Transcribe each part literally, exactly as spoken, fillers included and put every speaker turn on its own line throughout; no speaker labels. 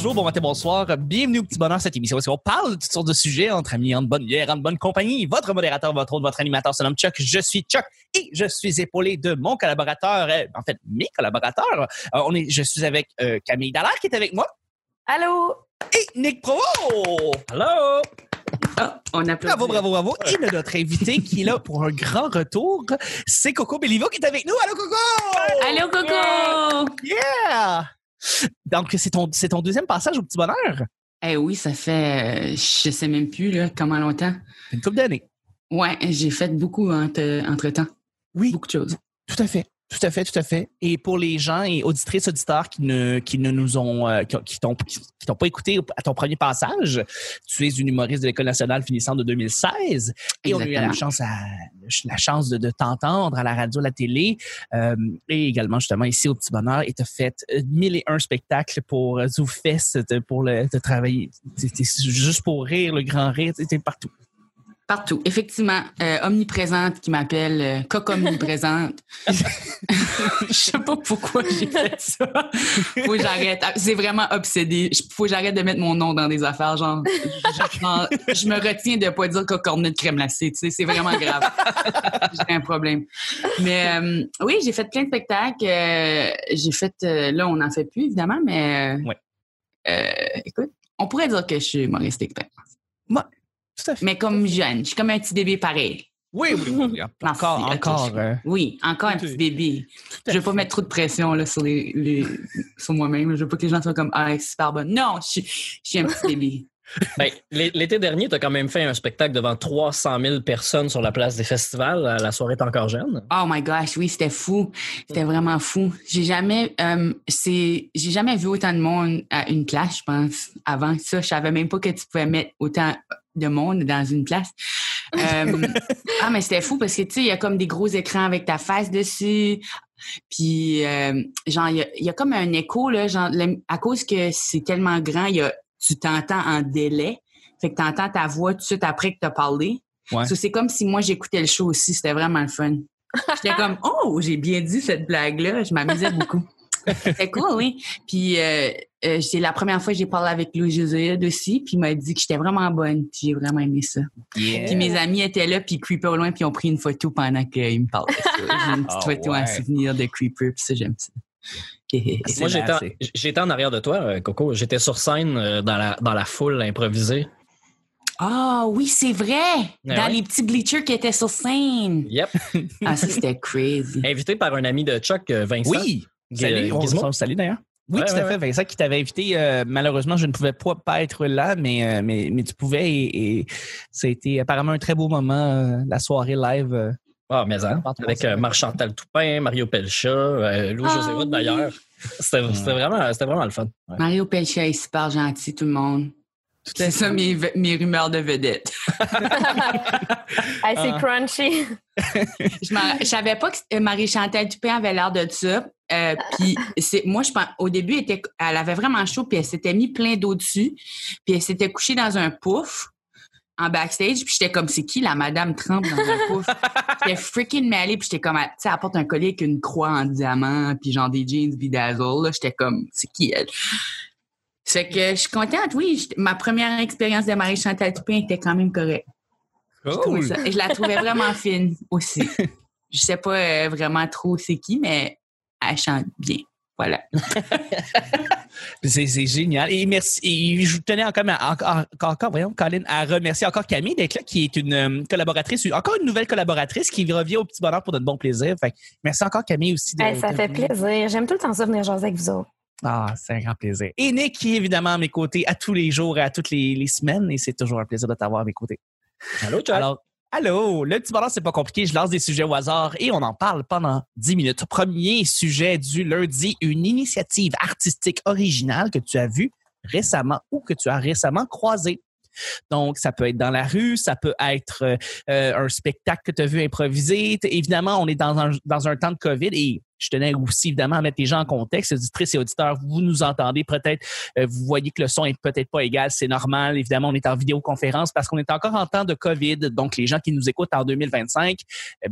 bonjour, bon matin, bonsoir. Bienvenue au Petit Bonheur, cette émission où on parle de toutes sortes de sujets entre amis, en bonne bière, en bonne compagnie. Votre modérateur, votre hôte, votre animateur se nomme Chuck. Je suis Chuck et je suis épaulé de mon collaborateur, euh, en fait, mes collaborateurs. Euh, on est, je suis avec euh, Camille Dallaire qui est avec moi.
Allô?
Et Nick Provo.
Hello!
Ah, on applaudit.
Bravo, bravo, bravo. Et notre invité qui est là pour un grand retour, c'est Coco Bellivo qui est avec nous. Allô, Coco!
Allô, Coco!
Yeah! Donc, c'est ton, c'est ton deuxième passage au Petit Bonheur?
Eh oui, ça fait, euh, je sais même plus, là, comment longtemps.
Une couple d'années.
Ouais, j'ai fait beaucoup entre, entre-temps.
Oui.
Beaucoup de choses.
Tout à fait. Tout à fait, tout à fait. Et pour les gens et auditrices, auditeurs qui ne, qui ne nous ont, euh, qui, qui t'ont, qui, qui t'ont pas écouté à ton premier passage, tu es une humoriste de l'École nationale finissante de deux mille seize. Et Exactement. On a eu la chance, à, la chance de, de t'entendre à la radio, à la télé, euh, et également justement ici au Petit Bonheur. Et t'as fait mille et un spectacles pour Zoufest, pour le, de travailler, t'es juste pour rire, le grand rire, t'es partout.
Partout. Effectivement, euh, omniprésente qui m'appelle euh, Coco omniprésente. Je sais pas pourquoi j'ai fait ça. Faut que j'arrête. C'est vraiment obsédé. Faut que j'arrête de mettre mon nom dans des affaires. Genre, genre je me retiens de pas dire cocornet de crème glacée. Tu sais, c'est vraiment grave. J'ai un problème. Mais euh, oui, j'ai fait plein de spectacles. Euh, j'ai fait. Euh, là, on n'en fait plus évidemment, mais. Euh,
ouais.
euh, écoute, on pourrait dire que je suis humoriste expérience.
Moi. Tout à fait.
Mais comme jeune, je suis comme un petit bébé pareil.
Oui, oui, oui. Encore, Merci, encore.
Okay. Euh... Oui, encore un petit bébé. Je veux pas mettre trop de pression là, sur, les, les, sur moi-même. Je veux pas que les gens soient comme « Ah, c'est super bonne ». Non, je suis, je suis un petit bébé.
Ben, l'été dernier, tu as quand même fait un spectacle devant trois cent mille personnes sur la place des festivals. La soirée est encore jeune.
Oh my gosh, oui, c'était fou. C'était vraiment fou. J'ai jamais, euh, c'est, j'ai jamais vu autant de monde à une place, je pense. Avant ça, je savais même pas que tu pouvais mettre autant de monde dans une place. Euh, ah, mais c'était fou parce que, tu sais, il y a comme des gros écrans avec ta face dessus. Puis, euh, genre, il y a, y a comme un écho, là, genre, à cause que c'est tellement grand, il y a tu t'entends en délai. Fait que t'entends ta voix tout de suite après que t'as parlé. Ouais. So, c'est comme si moi, j'écoutais le show aussi. C'était vraiment le fun. J'étais comme, oh, j'ai bien dit cette blague-là. Je m'amusais beaucoup. C'était cool, oui. Puis, euh, euh, c'est la première fois que j'ai parlé avec Louis Joséide aussi. Puis, il m'a dit que j'étais vraiment bonne. Puis, j'ai vraiment aimé ça. Yeah. Puis, mes amis étaient là, puis Creeper au loin, puis ils ont pris une photo pendant qu'ils me parlaient. J'ai une petite oh, photo ouais. en souvenir de Creeper, puis ça, j'aime ça.
Moi, j'étais en, j'étais en arrière de toi, Coco. J'étais sur scène dans la, dans la foule improvisée.
Ah oh, oui, c'est vrai! Mais dans ouais. les petits bleachers qui étaient sur scène.
Yep.
Ah, ça, c'était crazy.
Invité par un ami de Chuck, Vincent.
Oui! Salut, on se salue d'ailleurs. Oui, ouais, tout à ouais, fait. Ouais. Vincent qui t'avait invité. Euh, malheureusement, je ne pouvais pas, pas être là, mais, euh, mais, mais tu pouvais. Et, et ça a été apparemment un très beau moment, euh, la soirée live. Euh,
Ah, mais hein, avec euh, Marc-Chantal Toupin, Mario Pelcha, euh, Louis ah, José Wood oui. d'ailleurs. C'était,
mmh.
c'était, vraiment, c'était vraiment le fun.
Ouais. Mario Pelcha est super gentil, tout le monde. Tout c'est ça mes, mes rumeurs de vedette.
hey, c'est ah. crunchy.
je, je savais pas que Marie-Chantal Toupin avait l'air de ça. Euh, puis c'est, moi, je pense, au début, elle, était, elle avait vraiment chaud, puis elle s'était mis plein d'eau dessus, puis elle s'était couchée dans un pouf. En backstage, puis j'étais comme, c'est qui la madame Trump dans un pouf? J'étais freaking mêlée, puis j'étais comme, tu sais, elle porte un collier avec une croix en diamant, puis genre des jeans bedazzle, là, j'étais comme, c'est qui elle? C'est que je suis contente, oui, ma première expérience de Marie-Chantal Toupin était quand même correcte.
Cool.
Je, ça, je la trouvais vraiment fine aussi. Je sais pas euh, vraiment trop c'est qui, mais elle chante bien. Voilà.
c'est, c'est génial. Et merci. Et je tenais encore, encore, encore voyons, Colin, à remercier encore Camille d'être là, qui est une um, collaboratrice, encore une nouvelle collaboratrice qui revient au Petit Bonheur pour notre bon plaisir. Fait, merci encore Camille aussi. De,
hey, ça de fait venir. Plaisir. J'aime tout le temps ça venir jaser avec vous autres.
Ah, c'est un grand plaisir. Et Nick qui est évidemment à mes côtés à tous les jours et à toutes les, les semaines. Et c'est toujours un plaisir de t'avoir à mes côtés.
Allô, Chuck.
Alors, allô, le Petit Bonheur, c'est pas compliqué. Je lance des sujets au hasard et on en parle pendant dix minutes. Premier sujet du lundi, une initiative artistique originale que tu as vue récemment ou que tu as récemment croisée. Donc, ça peut être dans la rue, ça peut être euh, un spectacle que tu as vu improviser. Évidemment, on est dans un, dans un temps de COVID et je tenais aussi évidemment à mettre les gens en contexte. Auditrices et auditeurs, vous nous entendez peut-être, euh, vous voyez que le son est peut-être pas égal, c'est normal. Évidemment, on est en vidéoconférence parce qu'on est encore en temps de COVID. Donc, les gens qui nous écoutent en deux mille vingt-cinq, eh bien,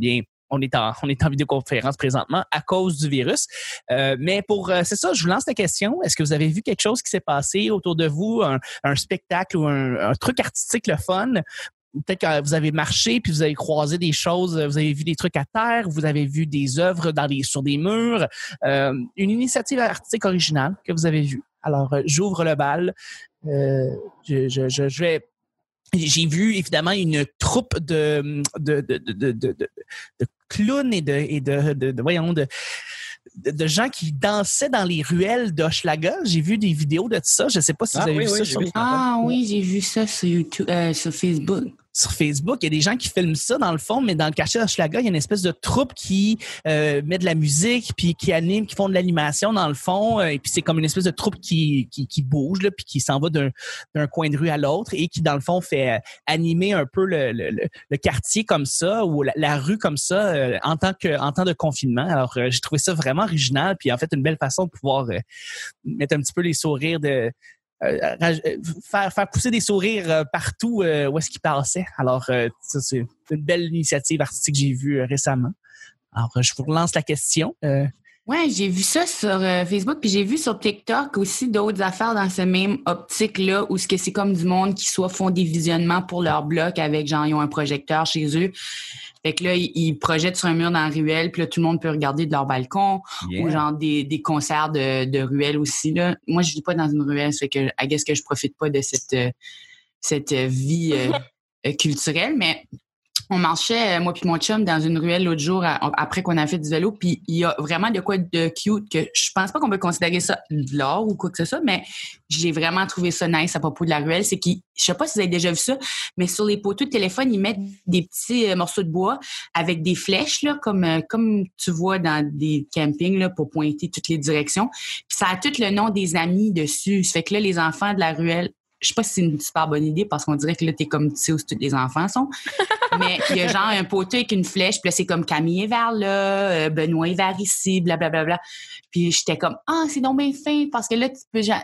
on est en on est en vidéoconférence présentement à cause du virus. Euh, mais pour euh, c'est ça, je vous lance la question. Est-ce que vous avez vu quelque chose qui s'est passé autour de vous, un, un spectacle ou un, un truc artistique le fun? Peut-être que vous avez marché puis vous avez croisé des choses, vous avez vu des trucs à terre, vous avez vu des œuvres dans des, sur des murs, euh, une initiative artistique originale que vous avez vue. Alors, euh, j'ouvre le bal. Euh, je, je, je, je vais... J'ai vu évidemment une troupe de de de de de, de, de, de clowns et de et de, de, de voyons de De, de gens qui dansaient dans les ruelles d'Hochelaga. J'ai vu des vidéos de ça. Je ne sais pas si
ah,
vous avez
oui,
vu
oui,
ça sur les...
Ah oui, j'ai vu ça sur YouTube, euh, sur Facebook.
Sur Facebook, il y a des gens qui filment ça dans le fond, mais dans le quartier d'Hochelaga, il y a une espèce de troupe qui euh, met de la musique, puis qui anime, qui font de l'animation dans le fond, euh, et puis c'est comme une espèce de troupe qui qui, qui bouge là, puis qui s'en va d'un d'un coin de rue à l'autre et qui dans le fond fait euh, animer un peu le, le, le quartier comme ça ou la, la rue comme ça euh, en tant que en temps de confinement. Alors euh, j'ai trouvé ça vraiment original, puis en fait une belle façon de pouvoir euh, mettre un petit peu les sourires de Euh, faire, faire pousser des sourires euh, partout euh, où est-ce qu'ils passaient. Alors, euh, ça, c'est une belle initiative artistique que j'ai vue euh, récemment. Alors, euh, je vous relance la question. Euh,
Ouais, j'ai vu ça sur euh, Facebook, puis j'ai vu sur TikTok aussi d'autres affaires dans ce même optique-là, où ce que c'est comme du monde qui soit font des visionnements pour leur bloc avec, genre, ils ont un projecteur chez eux. Fait que là, ils, ils projettent sur un mur dans la ruelle, puis là, tout le monde peut regarder de leur balcon, yeah. Ou genre des, des concerts de, de ruelle aussi, là. Moi, je vis pas dans une ruelle, ça fait que, I guess que je profite pas de cette, euh, cette vie euh, culturelle, mais on marchait, moi puis mon chum, dans une ruelle l'autre jour, à, après qu'on a fait du vélo, puis il y a vraiment de quoi de cute que je pense pas qu'on peut considérer ça de l'art ou quoi que ce soit, mais j'ai vraiment trouvé ça nice à propos de la ruelle. C'est qu'ils, je sais pas si vous avez déjà vu ça, mais sur les poteaux de téléphone, ils mettent des petits euh, morceaux de bois avec des flèches, là, comme euh, comme tu vois dans des campings, là, pour pointer toutes les directions. Puis ça a tout le nom des amis dessus. Ça fait que là, les enfants de la ruelle, je sais pas si c'est une super bonne idée parce qu'on dirait que là, t'es comme, tu sais où tous les enfants sont. Mais il y a genre un poteau avec une flèche, puis là, c'est comme Camille est vers là, euh, Benoît est vers ici, blablabla. Bla, bla. Puis j'étais comme, ah, c'est donc bien fin parce que là, tu peux, genre,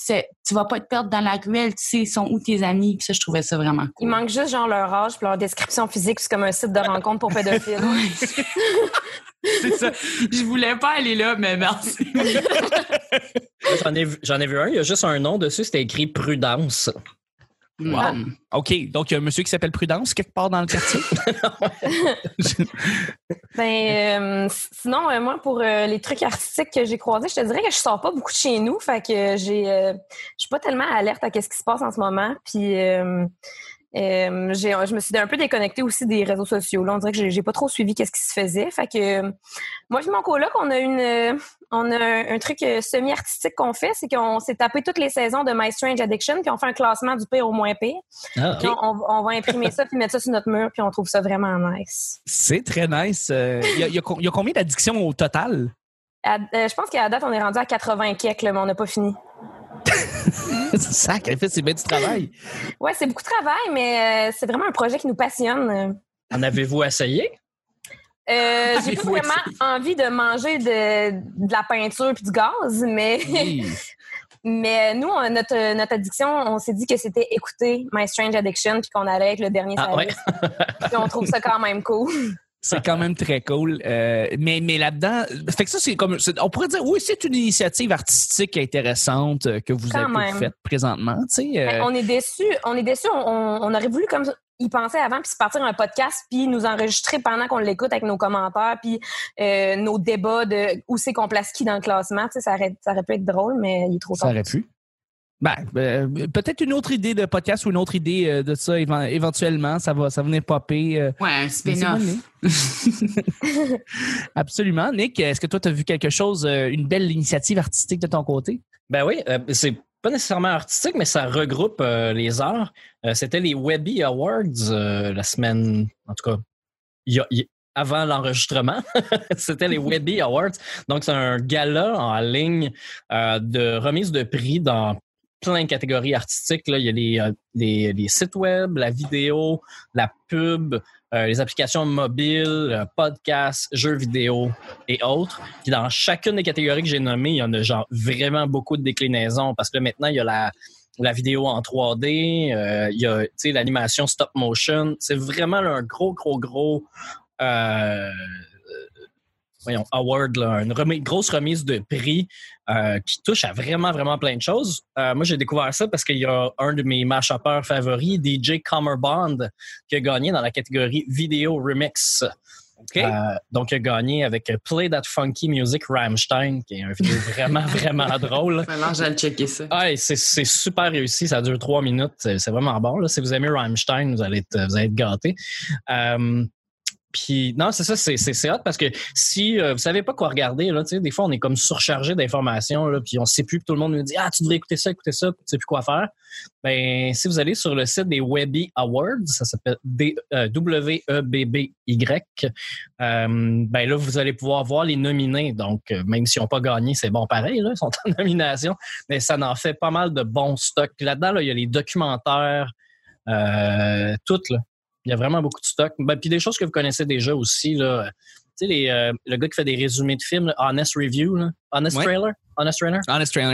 tu vas pas te perdre dans la ruelle, tu sais, ils sont où tes amis. Puis ça, je trouvais ça vraiment cool.
Il manque juste genre leur âge puis leur description physique, c'est comme un site de rencontre pour pédophiles.
C'est ça. Je voulais pas aller là, mais merci.
J'en ai, vu, j'en ai vu un, il y a juste un nom dessus, c'était écrit Prudence.
Wow. Mm. OK. Donc, il y a un monsieur qui s'appelle Prudence quelque part dans le quartier.
ben, euh, sinon, euh, moi, pour euh, les trucs artistiques que j'ai croisés, je te dirais que je sors pas beaucoup de chez nous. Fait que j'ai, euh, je suis pas tellement alerte à ce qui se passe en ce moment. Puis, euh, euh, j'ai, je me suis un peu déconnectée aussi des réseaux sociaux. Là, on dirait que j'ai, j'ai pas trop suivi qu'est-ce qui se faisait. Fait que euh, moi, puis mon coloc, on a une, euh, on a un, un truc semi-artistique qu'on fait, c'est qu'on s'est tapé toutes les saisons de My Strange Addiction, puis on fait un classement du pire au moins pire. Ah, okay. on, on va imprimer ça puis mettre ça sur notre mur, puis on trouve ça vraiment nice.
C'est très nice. Il euh, y, y, y a combien d'addictions au total?
À, euh, je pense qu'à la date, on est rendu à quatre-vingts keks, mais on n'a pas fini.
Sacré, c'est bien du travail.
Ouais, c'est beaucoup de travail, mais euh, c'est vraiment un projet qui nous passionne.
En avez-vous essayé?
Euh, j'ai pas vraiment essayé. envie de manger de, de la peinture puis du gaz, mais oui. mais nous, on, notre, notre addiction, on s'est dit que c'était écouter My Strange Addiction puis qu'on allait avec le dernier
ah,
service. Ouais. Puis on trouve ça quand même cool.
C'est quand même très cool. Euh, mais, mais là-dedans, fait que ça, c'est comme. C'est, on pourrait dire, oui, c'est une initiative artistique intéressante que vous quand avez faite présentement. Tu sais, euh...
ben, on est déçus. On est déçus. On, on aurait voulu comme y penser avant, puis se partir un podcast, puis nous enregistrer pendant qu'on l'écoute avec nos commentaires, puis euh, nos débats de où c'est qu'on place qui dans le classement. Tu sais, ça aurait, ça aurait pu être drôle, mais il est trop tard.
Ça aurait pu. Ben, euh, peut-être une autre idée de podcast ou une autre idée euh, de ça éventuellement. Ça va, ça venait popper. Euh,
ouais, un spin-off.
Absolument. Nick, est-ce que toi, tu as vu quelque chose, euh, une belle initiative artistique de ton côté?
Ben oui, euh, c'est pas nécessairement artistique, mais ça regroupe euh, les arts. Euh, c'était les Webby Awards euh, la semaine, en tout cas, il y a, y, avant l'enregistrement. C'était les Webby Awards. Donc, c'est un gala en ligne euh, de remise de prix dans plein de catégories artistiques. Là, il y a les, euh, les, les sites web, la vidéo, la pub, euh, les applications mobiles, euh, podcasts, jeux vidéo et autres. Puis dans chacune des catégories que j'ai nommées, il y en a genre vraiment beaucoup de déclinaisons parce que là, maintenant, il y a la, la vidéo en trois D, euh, il y a l'animation stop motion. C'est vraiment là, un gros, gros, gros euh, voyons, award, là, une remise, grosse remise de prix euh, qui touche à vraiment, vraiment plein de choses. Euh, moi, j'ai découvert ça parce qu'il y a un de mes mash-uppers favoris, D J Comer Bond, qui a gagné dans la catégorie Vidéo Remix.
Okay.
Euh, donc, il a gagné avec Play That Funky Music Rammstein, qui est un vidéo vraiment, vraiment drôle.
Alors, j'allais checker ça.
Ah, c'est, c'est super réussi. Ça dure trois minutes. C'est, c'est vraiment bon. Là. Si vous aimez Rammstein, vous allez être, vous allez être gâtés. Euh, Puis non, c'est ça, c'est c'est, c'est hot parce que si euh, vous savez pas quoi regarder, là, tu sais, des fois on est comme surchargé d'informations, là, puis on sait plus, puis tout le monde nous dit ah tu devrais écouter ça, écouter ça, puis tu sais plus quoi faire. Ben si vous allez sur le site des Webby Awards, ça s'appelle D, euh, W E B B Y, euh, ben là vous allez pouvoir voir les nominés. Donc euh, même s'ils n'ont pas gagné, c'est bon pareil, là, ils sont en nomination, mais ça en fait pas mal de bons stocks. Puis là-dedans, là, il y a les documentaires, euh, toutes là. Il y a vraiment beaucoup de stock. Ben, puis des choses que vous connaissez déjà aussi. Là. Tu sais, les, euh, le gars qui fait des résumés de films, là, Honest Review, là. Honest
ouais.
Trailer. Honest Trailer.
Honest Trailer.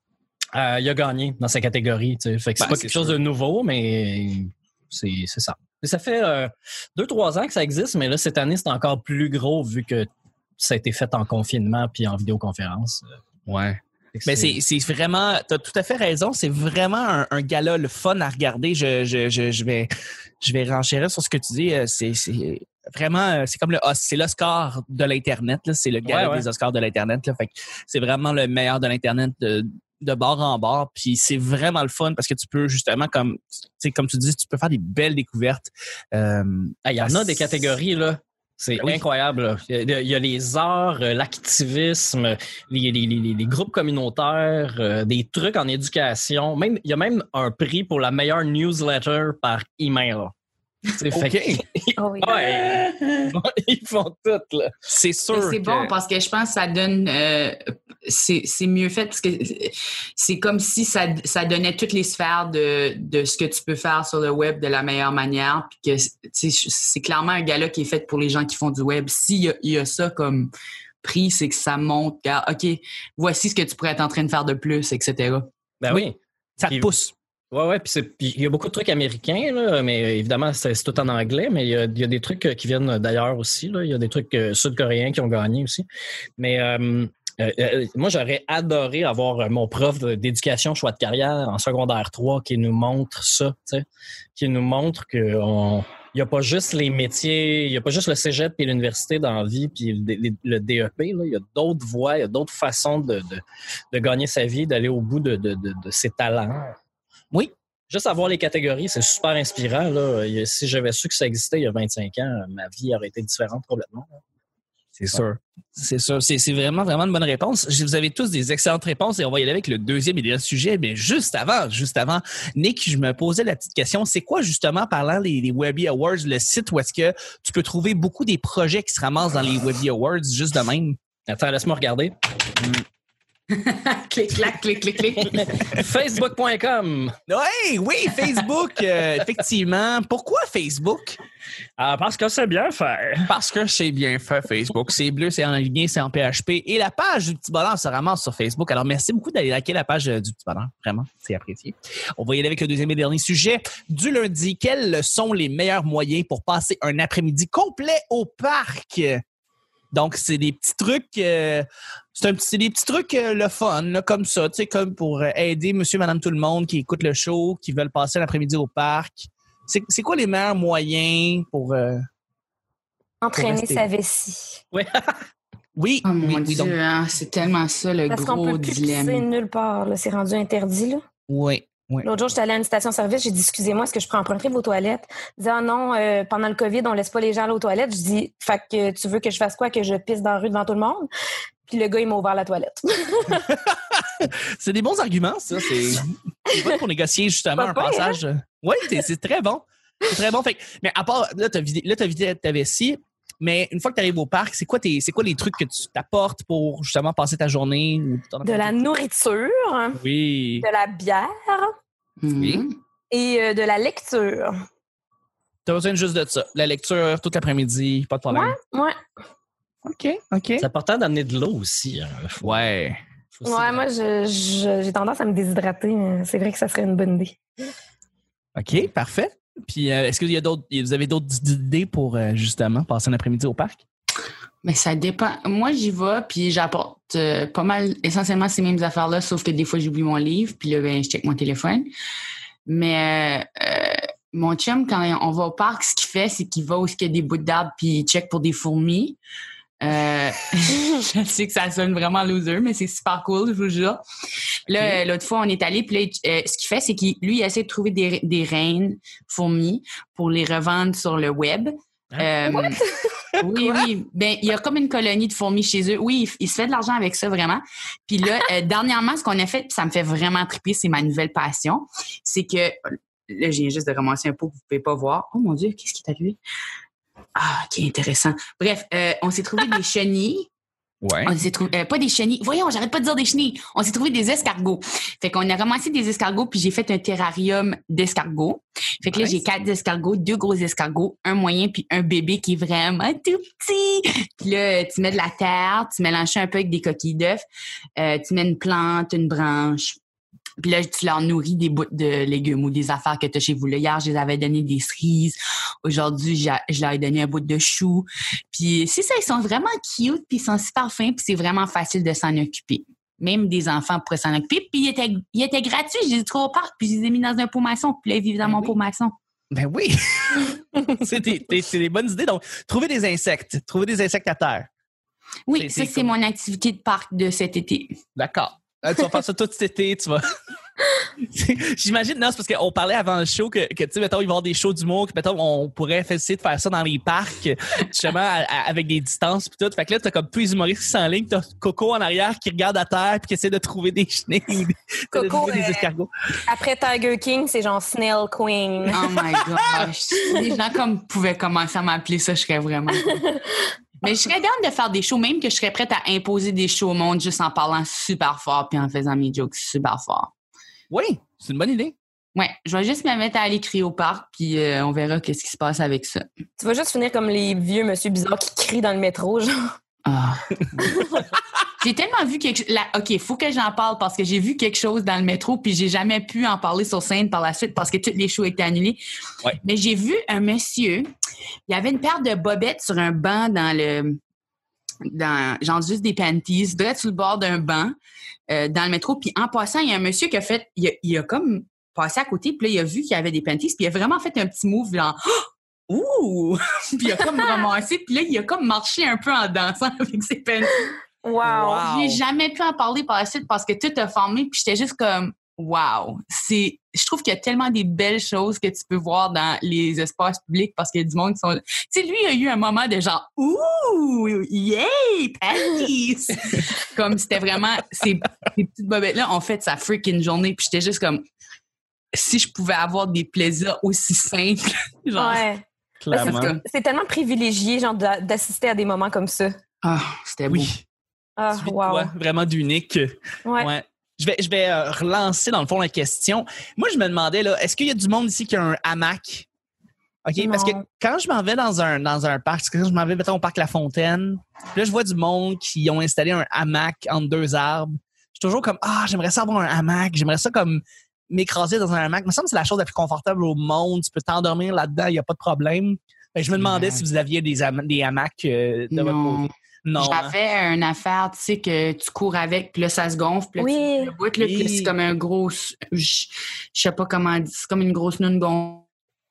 Euh, il a gagné dans sa catégorie. Tu sais. Fait que c'est
ben,
pas
c'est
quelque
sûr.
chose de nouveau, mais c'est, c'est ça. Et ça fait euh, deux, trois ans que ça existe, mais là, cette année, c'est encore plus gros vu que ça a été fait en confinement puis en vidéoconférence.
Ouais. Mais c'est, c'est vraiment, t'as tout à fait raison, c'est vraiment un, un gala le fun à regarder. Je, je, je, je vais, je vais renchérir sur ce que tu dis. C'est, c'est vraiment, c'est comme le, c'est l'Oscar de l'Internet, là. C'est le gala ouais, ouais. des Oscars de l'Internet, là. Fait que c'est vraiment le meilleur de l'Internet de, de bord en bord. Puis c'est vraiment le fun parce que tu peux justement, comme, tu sais, comme tu dis, tu peux faire des belles découvertes. Euh,
il y en a des catégories, là. C'est oui. incroyable. Il y, a, il y a les arts, l'activisme, les, les, les, les groupes communautaires, euh, des trucs en éducation. Même, il y a même un prix pour la meilleure newsletter par email.
C'est OK.
Que, oh oui. Ouais, ils font tout, là.
C'est sûr.
C'est
que...
bon parce que je pense que ça donne... Euh, c'est, c'est mieux fait parce que c'est comme si ça, ça donnait toutes les sphères de, de ce que tu peux faire sur le web de la meilleure manière. Puis que c'est, c'est clairement un gala qui est fait pour les gens qui font du web. S'il y a, il y a ça comme prix, c'est que ça montre, OK, voici ce que tu pourrais être en train de faire de plus, et cetera.
Ben oui.
Ça te pousse.
Ouais, ouais, puis il y a beaucoup de trucs américains, là, mais évidemment, c'est, c'est tout en anglais, mais il y a, y a des trucs qui viennent d'ailleurs aussi. Il y a des trucs euh, sud-coréens qui ont gagné aussi. Mais euh, euh, moi, j'aurais adoré avoir mon prof d'éducation choix de carrière en secondaire trois qui nous montre ça, tu sais, qui nous montre que on, il n'y a pas juste les métiers, il n'y a pas juste le cégep et l'université dans la vie, puis le, le D E P, là, il y a d'autres voies, il y a d'autres façons de, de, de gagner sa vie, d'aller au bout de, de, de, de ses talents.
Oui.
Juste avoir les catégories, c'est super inspirant. Là. Si j'avais su que ça existait il y a vingt-cinq ans, ma vie aurait été différente complètement.
C'est sûr. C'est sûr. C'est, c'est vraiment, vraiment une bonne réponse. Vous avez tous des excellentes réponses et on va y aller avec le deuxième et dernier sujet. Mais juste avant, juste avant, Nick, je me posais la petite question. C'est quoi, justement, parlant des, des Webby Awards, le site où est-ce que tu peux trouver beaucoup des projets qui se ramassent dans les Webby Awards, juste de même?
Attends, laisse-moi regarder.
Mm.
clic, clac, clic, clic, clic.
Facebook point com.
Oui, oui, Facebook, euh, effectivement. Pourquoi Facebook?
Ah, parce que c'est bien fait.
Parce que c'est bien fait, Facebook. C'est bleu, c'est en ligne, c'est en P H P. Et la page du Petit Bonheur se ramasse sur Facebook. Alors, merci beaucoup d'aller liker la page du Petit Bonheur. Vraiment, c'est apprécié. On va y aller avec le deuxième et dernier sujet du lundi. Quels sont les meilleurs moyens pour passer un après-midi complet au parc? Donc, c'est des petits trucs... Euh, C'est, un petit, c'est des petits trucs euh, le fun, là, comme ça, tu sais, comme pour euh, aider monsieur, madame, tout le monde qui écoute le show, qui veulent passer l'après-midi au parc. C'est, c'est quoi les meilleurs moyens pour... Euh,
Entraîner
pour
sa vessie.
Oui.
oui,
oh mon
oui,
Dieu,
oui, donc,
hein, c'est tellement ça le
Parce
gros
qu'on peut plus
dilemme.
pisser nulle part, là. C'est rendu interdit, là.
Oui. Oui.
L'autre jour, j'étais allée à une station-service, j'ai dit, excusez-moi, est-ce que je peux emprunter vos toilettes? Ils disaient, ah non, euh, pendant le COVID, on laisse pas les gens aller aux toilettes. Je dis, fait que tu veux que je fasse quoi? Que je pisse dans la rue devant tout le monde? Puis le gars, il m'a ouvert la toilette.
C'est des bons arguments, ça. C'est, c'est bon pour négocier justement
pas
un
pire,
passage. Hein? Oui, c'est, c'est très bon. C'est très bon. Fait, mais à part, là, tu as vidé, là, t'as vidé ta vessie, mais une fois que tu arrives au parc, c'est quoi, tes, c'est quoi les trucs que tu t'apportes pour justement passer ta journée? Ou
de la nourriture.
Oui.
De la bière.
Oui.
Et euh, de la lecture.
Tu as besoin juste de ça. La lecture toute l'après-midi, pas de problème.
Ouais, ouais.
OK, OK.
C'est important d'amener de l'eau aussi. Hein. Faut,
ouais.
Faut ouais, moi, je, je, j'ai tendance à me déshydrater. C'est vrai que ça serait une bonne idée.
OK, parfait. Puis, euh, est-ce qu'il y a d'autres, vous avez d'autres idées pour, euh, justement, passer un après-midi au parc?
Mais ça dépend. Moi, j'y vais, puis j'apporte euh, pas mal, essentiellement ces mêmes affaires-là, sauf que des fois, j'oublie mon livre, puis là, ben, je check mon téléphone. Mais euh, mon chum, quand on va au parc, ce qu'il fait, c'est qu'il va où il y a des bouts d'arbres, puis il check pour des fourmis. Euh, je sais que ça sonne vraiment loser, mais c'est super cool, je vous jure. Là, okay. L'autre fois, on est allé, puis là, euh, ce qu'il fait, c'est qu'il lui, il essaie de trouver des, des reines fourmis pour les revendre sur le web.
Hein?
Euh, oui, oui. Ben, il y a comme une colonie de fourmis chez eux. Oui, il, il se fait de l'argent avec ça, vraiment. Puis là, euh, dernièrement, ce qu'on a fait, puis ça me fait vraiment triper, c'est ma nouvelle passion, c'est que, là, j'ai juste de ramasser un pot que vous ne pouvez pas voir. Oh mon Dieu, qu'est-ce qui est arrivé? Ah, ok, intéressant. Bref, euh, on s'est trouvé des chenilles.
Ouais.
On s'est trouvé, euh, pas des chenilles. Voyons, j'arrête pas de dire des chenilles. On s'est trouvé des escargots. Fait qu'on a ramassé des escargots, puis j'ai fait un terrarium d'escargots. Fait que nice. Là, j'ai quatre escargots, deux gros escargots, un moyen, puis un bébé qui est vraiment tout petit. Puis là, tu mets de la terre, tu mélanges ça un peu avec des coquilles d'œufs, euh, tu mets une plante, une branche. Puis là, tu leur nourris des bouts de légumes ou des affaires que tu as chez vous. Là, hier, je les avais donné des cerises. Aujourd'hui, je leur ai donné un bout de chou. Puis c'est ça, ils sont vraiment cute, puis ils sont super fins, puis c'est vraiment facile de s'en occuper. Même des enfants pourraient s'en occuper. Puis ils étaient, ils étaient gratuits. Je les ai trouvés au parc, puis je les ai mis dans un pot maçon. Puis là, ils vivent dans ben mon oui. pot maçon.
Ben oui! c'est, des, c'est des bonnes idées. Donc, trouver des insectes. Trouver des insectes à terre.
Oui, c'est, ça, c'est, c'est comme... mon activité de parc de cet été.
D'accord. Tu vas faire ça tout cet été, tu vas. J'imagine, non, c'est parce qu'on parlait avant le show que, que tu sais, mettons, il va y avoir des shows d'humour, que, mettons, on pourrait essayer de faire ça dans les parcs, justement, à, à, avec des distances pis tout. Fait que là, t'as comme tous les humoristes qui sont en ligne, t'as Coco en arrière qui regarde à terre pis qui essaie de trouver des chenilles ou des,
Coco,
de trouver
euh,
des escargots.
Après Tiger King, c'est genre Snail Queen.
Oh my gosh. Si les gens comme pouvaient commencer à m'appeler ça, je serais vraiment. Mais je serais down de faire des shows, même que je serais prête à imposer des shows au monde juste en parlant super fort puis en faisant mes jokes super fort.
Oui, c'est une bonne idée.
Ouais, je vais juste me mettre à aller crier au parc puis euh, on verra qu'est-ce qui se passe avec ça.
Tu vas juste finir comme les vieux monsieur bizarres qui crient dans le métro, genre.
Ah. J'ai tellement vu quelque chose. OK, il faut que j'en parle parce que j'ai vu quelque chose dans le métro puis j'ai jamais pu en parler sur scène par la suite parce que tous les shows étaient annulés.
Ouais.
Mais j'ai vu un monsieur, il y avait une paire de bobettes sur un banc dans le... dans genre juste des panties, direct sur le bord d'un banc euh, dans le métro. Puis en passant, il y a un monsieur qui a fait... Il a, il a comme passé à côté puis là, il a vu qu'il y avait des panties puis il a vraiment fait un petit move genre... Ouh! Puis il a comme ramassé, puis là, il a comme marché un peu en dansant avec ses panties.
Wow!
wow.
J'ai jamais pu en parler par la suite parce que tout a formé, puis j'étais juste comme wow! C'est, je trouve qu'il y a tellement des belles choses que tu peux voir dans les espaces publics parce qu'il y a du monde qui sont... Tu sais, lui, il a eu un moment de genre ouh! Yay! Panties! Comme c'était vraiment... Ces, ces petites bobettes-là ont fait sa freaking journée, puis j'étais juste comme... Si je pouvais avoir des plaisirs aussi simples, genre...
Ouais.
Clairement.
C'est, c'est tellement privilégié, genre, d'assister à des moments comme ça.
Ah, c'était beau.
Oui.
Ah, wow.
Toi, vraiment d'unique.
Ouais.
ouais. Je vais, je vais euh, relancer, dans le fond, la question. Moi, je me demandais, là, est-ce qu'il y a du monde ici qui a un hamac? OK?
Non.
Parce que quand je m'en vais dans un, dans un parc, quand je m'en vais, mettons, au parc La Fontaine, là, je vois du monde qui ont installé un hamac entre deux arbres. Je suis toujours comme, ah, j'aimerais ça avoir un hamac. J'aimerais ça comme m'écraser dans un hamac. Il me semble que c'est la chose la plus confortable au monde. Tu peux t'endormir là-dedans, il n'y a pas de problème. Ben, je me demandais si vous aviez des, ham- des hamacs euh, de
non.
votre côté. Non.
J'avais une affaire, tu sais, que tu cours avec, puis là, ça se gonfle, puis là,
oui.
tu le bout, là, puis là, c'est comme un gros... Je, je sais pas comment dire, c'est comme une grosse noune gonflable.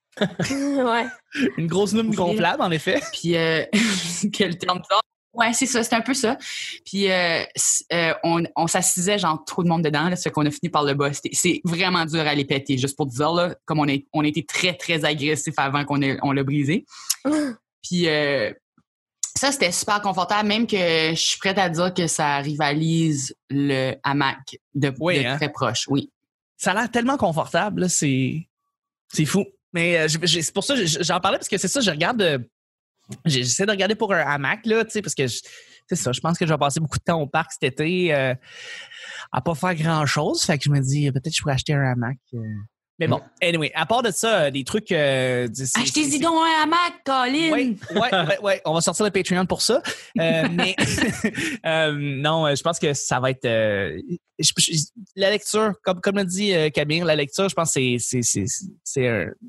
Ouais.
Une grosse noune gonflable, en effet.
Puis, euh, quel terme ça? Ouais, c'est ça, c'est un peu ça. Puis, euh, euh, on, on s'assisait, genre, trop de monde dedans, là, ça fait qu'on a fini par le bas. C'était, c'est vraiment dur à les péter, juste pour te dire, là, comme on a, on a été très, très agressif avant qu'on ait, on l'a brisé. Puis, euh, ça, c'était super confortable, même que je suis prête à dire que ça rivalise le hamac de,
oui,
de
hein?
très proche, oui.
Ça a l'air tellement confortable, là, c'est, c'est fou. Mais euh, j'ai, c'est pour ça que j'en parlais, parce que c'est ça, je regarde... Euh, j'essaie de regarder pour un hamac, là, tu sais, parce que je, c'est ça, je pense que je vais passer beaucoup de temps au parc cet été euh, à pas faire grand-chose. Fait que je me dis, peut-être que je pourrais acheter un hamac. Euh. Mais bon, anyway, à part de ça, des trucs... Euh, c'est,
Achetez-y
c'est,
donc un hamac, Colin!
Oui, ouais, ouais, ouais, on va sortir le Patreon pour ça. Euh, mais euh, non, je pense que ça va être... Euh, je, je, la lecture, comme, comme l'a dit euh, Camille, la lecture, je pense que c'est, c'est, c'est, c'est un...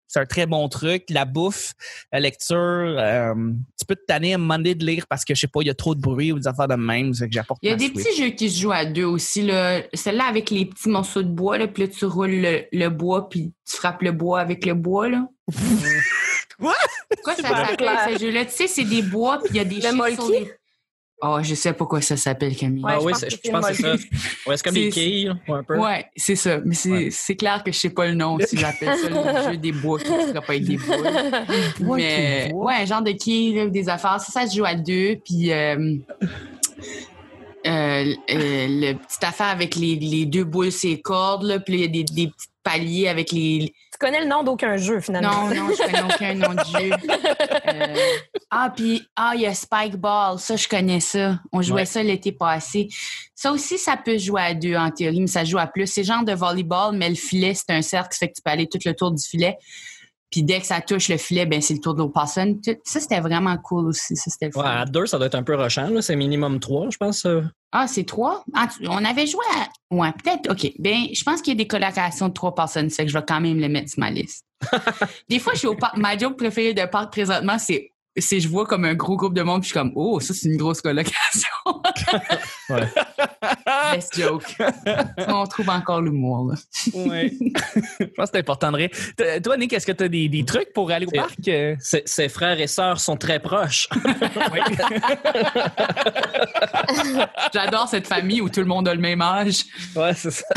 C'est un très bon truc. La bouffe, la lecture, euh, tu peux te tanner à un moment donné de lire parce que, je sais pas, il y a trop de bruit ou des affaires de même. C'est que j'apporte
Il y a
ma
des
Switch.
petits jeux qui se jouent à deux aussi. Là. Celle-là avec les petits morceaux de bois, là, puis là, tu roules le, le bois, puis tu frappes le bois avec le bois. Là.
Quoi?
Quoi ça
Super
s'appelle,
clair.
ce jeu-là? Tu sais, c'est des bois, puis il y a des
Le
chiffres
molki?
sur les... Oh, je sais pas quoi ça s'appelle, Camille.
Ouais,
ah
je
oui,
pense
c'est-
que
je
c'est
pense que c'est ça.
le
Ouais, c'est comme
C'est-
des quilles, là, un peu.
Ouais, c'est ça. Mais c'est,
Ouais.
c'est clair que je sais pas le nom si j'appelle ça le jeu des bois qui ne sera pas avec des bois. là.
Bois
Mais
qui bois.
ouais, un genre de quilles, là, des affaires. Ça, ça se joue à deux. Puis euh, euh, euh, le petite affaire avec les, les deux boules, ces cordes, là, puis là, il y a des, des petits paliers avec les...
Tu connais le nom d'aucun jeu, finalement.
Non, non, je connais aucun nom de jeu. Euh, Ah, puis, ah, il y a Spike Ball. Ça, je connais ça. On jouait
Ouais.
ça l'été passé. Ça aussi, ça peut jouer à deux en théorie, mais ça joue à plus. C'est genre de volleyball, mais le filet, c'est un cercle, ça fait que tu peux aller tout le tour du filet. Puis dès que ça touche le filet, ben c'est le tour de l'autre personne. Tout- Ça, c'était vraiment cool aussi. Ça, c'était le fun.
Ouais, à deux, ça doit être un peu rushant. Là. C'est minimum trois, je pense. euh.
Ah, c'est trois? Ah, tu- on avait joué à... Ouais, peut-être. OK. Ben, je pense qu'il y a des colocations de trois personnes. Ça fait que je vais quand même le mettre sur ma liste. Des fois, je suis au parc. Ma joke préférée de parc présentement, c'est... c'est je vois comme un gros groupe de monde puis je suis comme, oh, ça, c'est une grosse colocation.
Ouais.
Best joke. On trouve encore l'humour, là.
Ouais. Je pense que c'est important de rire. T- Toi, Nick, est-ce que tu as des, des trucs pour aller au
C'est-
parc? Euh,
Ses, ses frères et sœurs sont très proches.
oui.
J'adore cette famille où tout le monde a le même âge.
Ouais, c'est ça.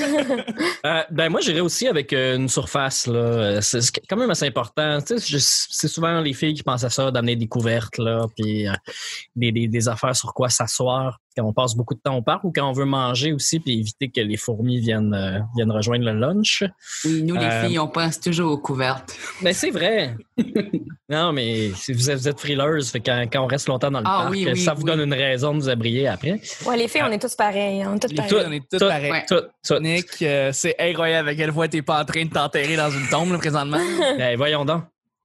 Euh, ben moi, j'irais aussi avec euh, une surface. Là. Euh, C'est, c'est quand même assez important. Tu sais, je- c'est souvent les filles qui pensent à ça, d'amener des couvertes, là, puis euh, des, des, des affaires sur quoi s'asseoir quand on passe beaucoup de temps au parc ou quand on veut manger aussi, puis éviter que les fourmis viennent, euh, viennent rejoindre le lunch.
Oui, nous, les
Euh,
filles, on pense toujours aux couvertes.
Mais c'est vrai. Non, mais si vous êtes, vous êtes frileuse, fait que quand, quand on reste longtemps dans le
Ah
parc,
oui, oui,
ça vous
oui.
donne une raison de vous abrier après.
Ouais, les filles, on est tous pareils. On est tous
Tout,
pareils.
on est tous
Tout-
pareils.
ouais.
Tout, tout.
Nick, euh, c'est incroyable à quelle fois t'es pas en train de t'enterrer dans une tombe là, présentement.
Ben, voyons donc.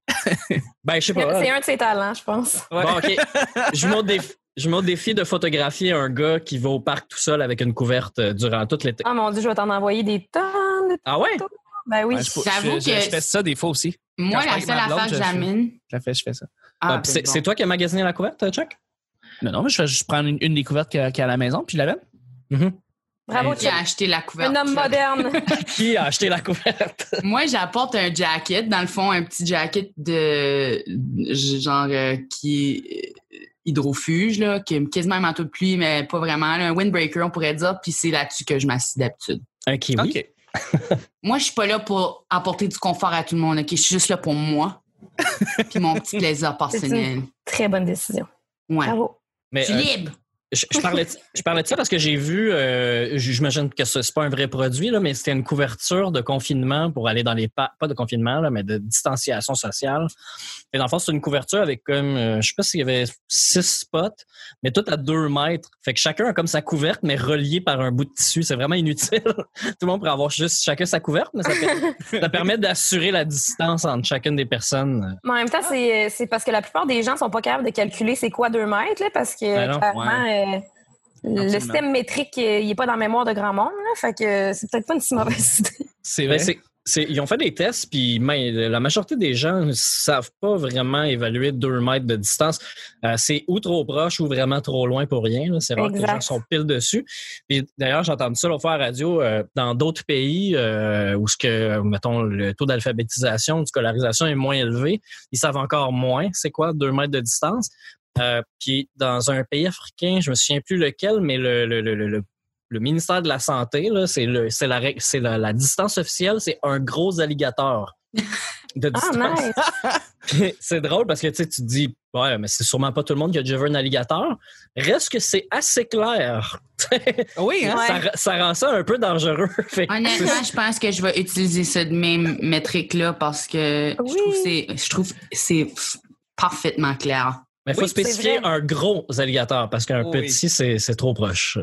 Ben, je sais pas.
C'est un de ses talents, je pense.
Ouais.
Bon, OK. Je vous montre des, je vous montre des défi de photographier un gars qui va au parc tout seul avec une couverte euh, durant toute l'été.
Oh mon Dieu, je vais t'en envoyer des tonnes de
Ah ouais?
Ben oui.
Ouais, je,
J'avoue
je- je-
que-
je fais ça des fois aussi.
Moi,
Quand je
la
parle
seule
avec ma
affaire que
blonde, je-
j'amène...
Je la fais, je fais ça.
Ah,
Ah,
puis
ben
c'est,
bon.
c'est toi qui as magasiné la couverte, Chuck?
Non, non, mais je fais juste prendre une, une des couvertes qu'il y a qu'il y a à la maison, puis je la donne.
Mhm.
Bravo,
Qui a
Chuck.
acheté la couverte?
Un homme
Chuck?
moderne.
Qui a acheté la couverte?
Moi, j'apporte un jacket, dans le fond, un petit jacket de genre euh, qui est hydrofuge, là, qui est quasiment un manteau de pluie, mais pas vraiment, là, un windbreaker, on pourrait dire, puis c'est là-dessus que je m'assieds d'habitude.
Un kiwi.
OK.
Moi, je suis pas là pour apporter du confort à tout le monde, OK? Je suis juste là pour moi, puis mon petit plaisir personnel.
Très bonne décision.
Ouais.
Bravo.
Mais,
Je suis
euh,
libre!
je, je parlais de, je parlais de ça parce que j'ai vu, euh, j'imagine que ce c'est pas un vrai produit, là, mais c'était une couverture de confinement pour aller dans les parcs, pas de confinement, là, mais de distanciation sociale. Et dans le fond, c'est une couverture avec comme, euh, je sais pas s'il y avait six spots, mais tout à deux mètres. Fait que chacun a comme sa couverte, mais relié par un bout de tissu. C'est vraiment inutile. Tout le monde pourrait avoir juste chacun sa couverte, mais ça, per- ça permet d'assurer la distance entre chacune des personnes.
Mais en même temps, c'est, c'est parce que la plupart des gens sont pas capables de calculer c'est quoi deux mètres, là, parce que
Ben non,
clairement, euh, le
Absolument.
système métrique, euh, il est pas dans la mémoire de grand monde. Là, fait que c'est peut-être pas une si mauvaise idée.
C'est
Ben,
vrai.
c'est, c'est, ils ont fait des tests, puis mais, la majorité des gens ne savent pas vraiment évaluer deux mètres de distance. Euh, c'est ou trop proche ou vraiment trop loin pour rien. Là. C'est rare que les
Exact.
gens sont pile dessus. Puis d'ailleurs, j'ai entendu ça l'autre fois à la radio, euh, dans d'autres pays euh, où ce que, mettons, le taux d'alphabétisation, de scolarisation est moins élevé, ils savent encore moins c'est quoi deux mètres de distance. Euh, puis dans un pays africain, je me souviens plus lequel, mais le, le, le, le le ministère de la Santé, là, c'est, le, c'est, la, règle- c'est la, la distance officielle, c'est un gros alligator de
Ah,
distance.
nice.
C'est drôle parce que tu sais, tu te dis, ouais, mais c'est sûrement pas tout le monde qui a déjà vu un alligator. Reste que c'est assez clair.
Oui, hein?
Ouais.
ça, ça rend ça un peu dangereux. Fait que
Honnêtement,
c'est-
je pense que je vais utiliser cette même métrique-là parce que
Oui.
je trouve que c'est, je trouve que c'est parfaitement clair.
mais il faut
Oui, c'est
spécifier
vrai.
un gros alligator parce qu'un
Oui.
petit, c'est, c'est trop proche.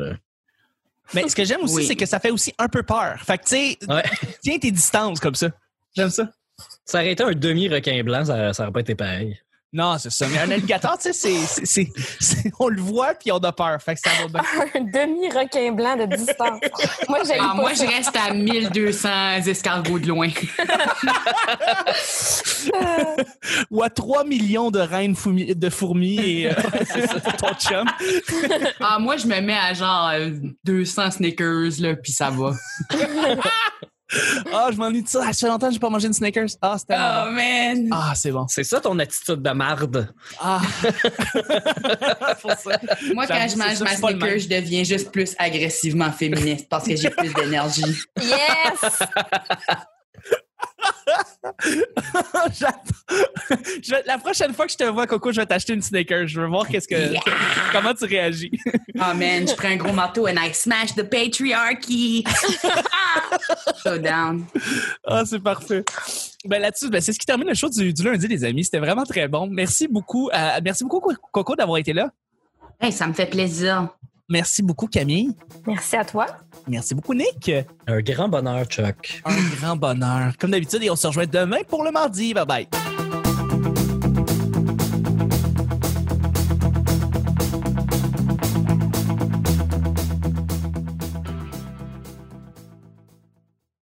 Mais ce que j'aime aussi,
Oui.
c'est que ça fait aussi un peu peur. Fait que, tu sais,
Ouais.
tiens tes distances comme ça. J'aime ça.
Ça aurait été un demi-requin blanc, ça, ça aurait pas été pareil.
Non, c'est ça. Mais un alligator, tu sais, c'est, c'est, c'est, c'est, on le voit puis on a peur. Fait que ça va bien.
Un demi-requin blanc de distance. Moi, j'aime
Ah,
pas
moi,
ça.
je reste à mille deux cents escargots de loin.
Ou à trois millions de reines fourmis, de fourmis et euh, c'est ça, ton chum.
Ah, moi, je me mets à genre euh, deux cents Snickers, là, puis ça va.
Ah, je m'ennuie de ça. Ça fait longtemps que j'ai pas mangé de Snickers. Ah, c'était...
Oh, man!
Ah, c'est bon.
C'est ça ton attitude de marde.
Ah. Pour ça.
Moi, quand
J'avoue,
je mange
c'est ça,
ma
c'est pas le
Snickers,
même.
je deviens juste plus agressivement féministe parce que j'ai plus d'énergie.
Yes!
J'attends. Je vais- la prochaine fois que je te vois, Coco, je vais t'acheter une Snickers. Je veux voir qu'est-ce que,
Yeah!
comment tu réagis.
Oh, man, je prends un gros marteau and I smash the patriarchy! So down.
Ah, c'est parfait. Ben là-dessus, ben, c'est ce qui termine le show du, du lundi, les amis. C'était vraiment très bon. Merci beaucoup, euh, merci beaucoup, Coco, d'avoir été là.
Hey, ça me fait plaisir.
Merci beaucoup, Camille.
Merci à toi.
Merci beaucoup, Nick.
Un grand bonheur, Chuck.
Un grand bonheur. Comme d'habitude, et on se rejoint demain pour le mardi. Bye bye.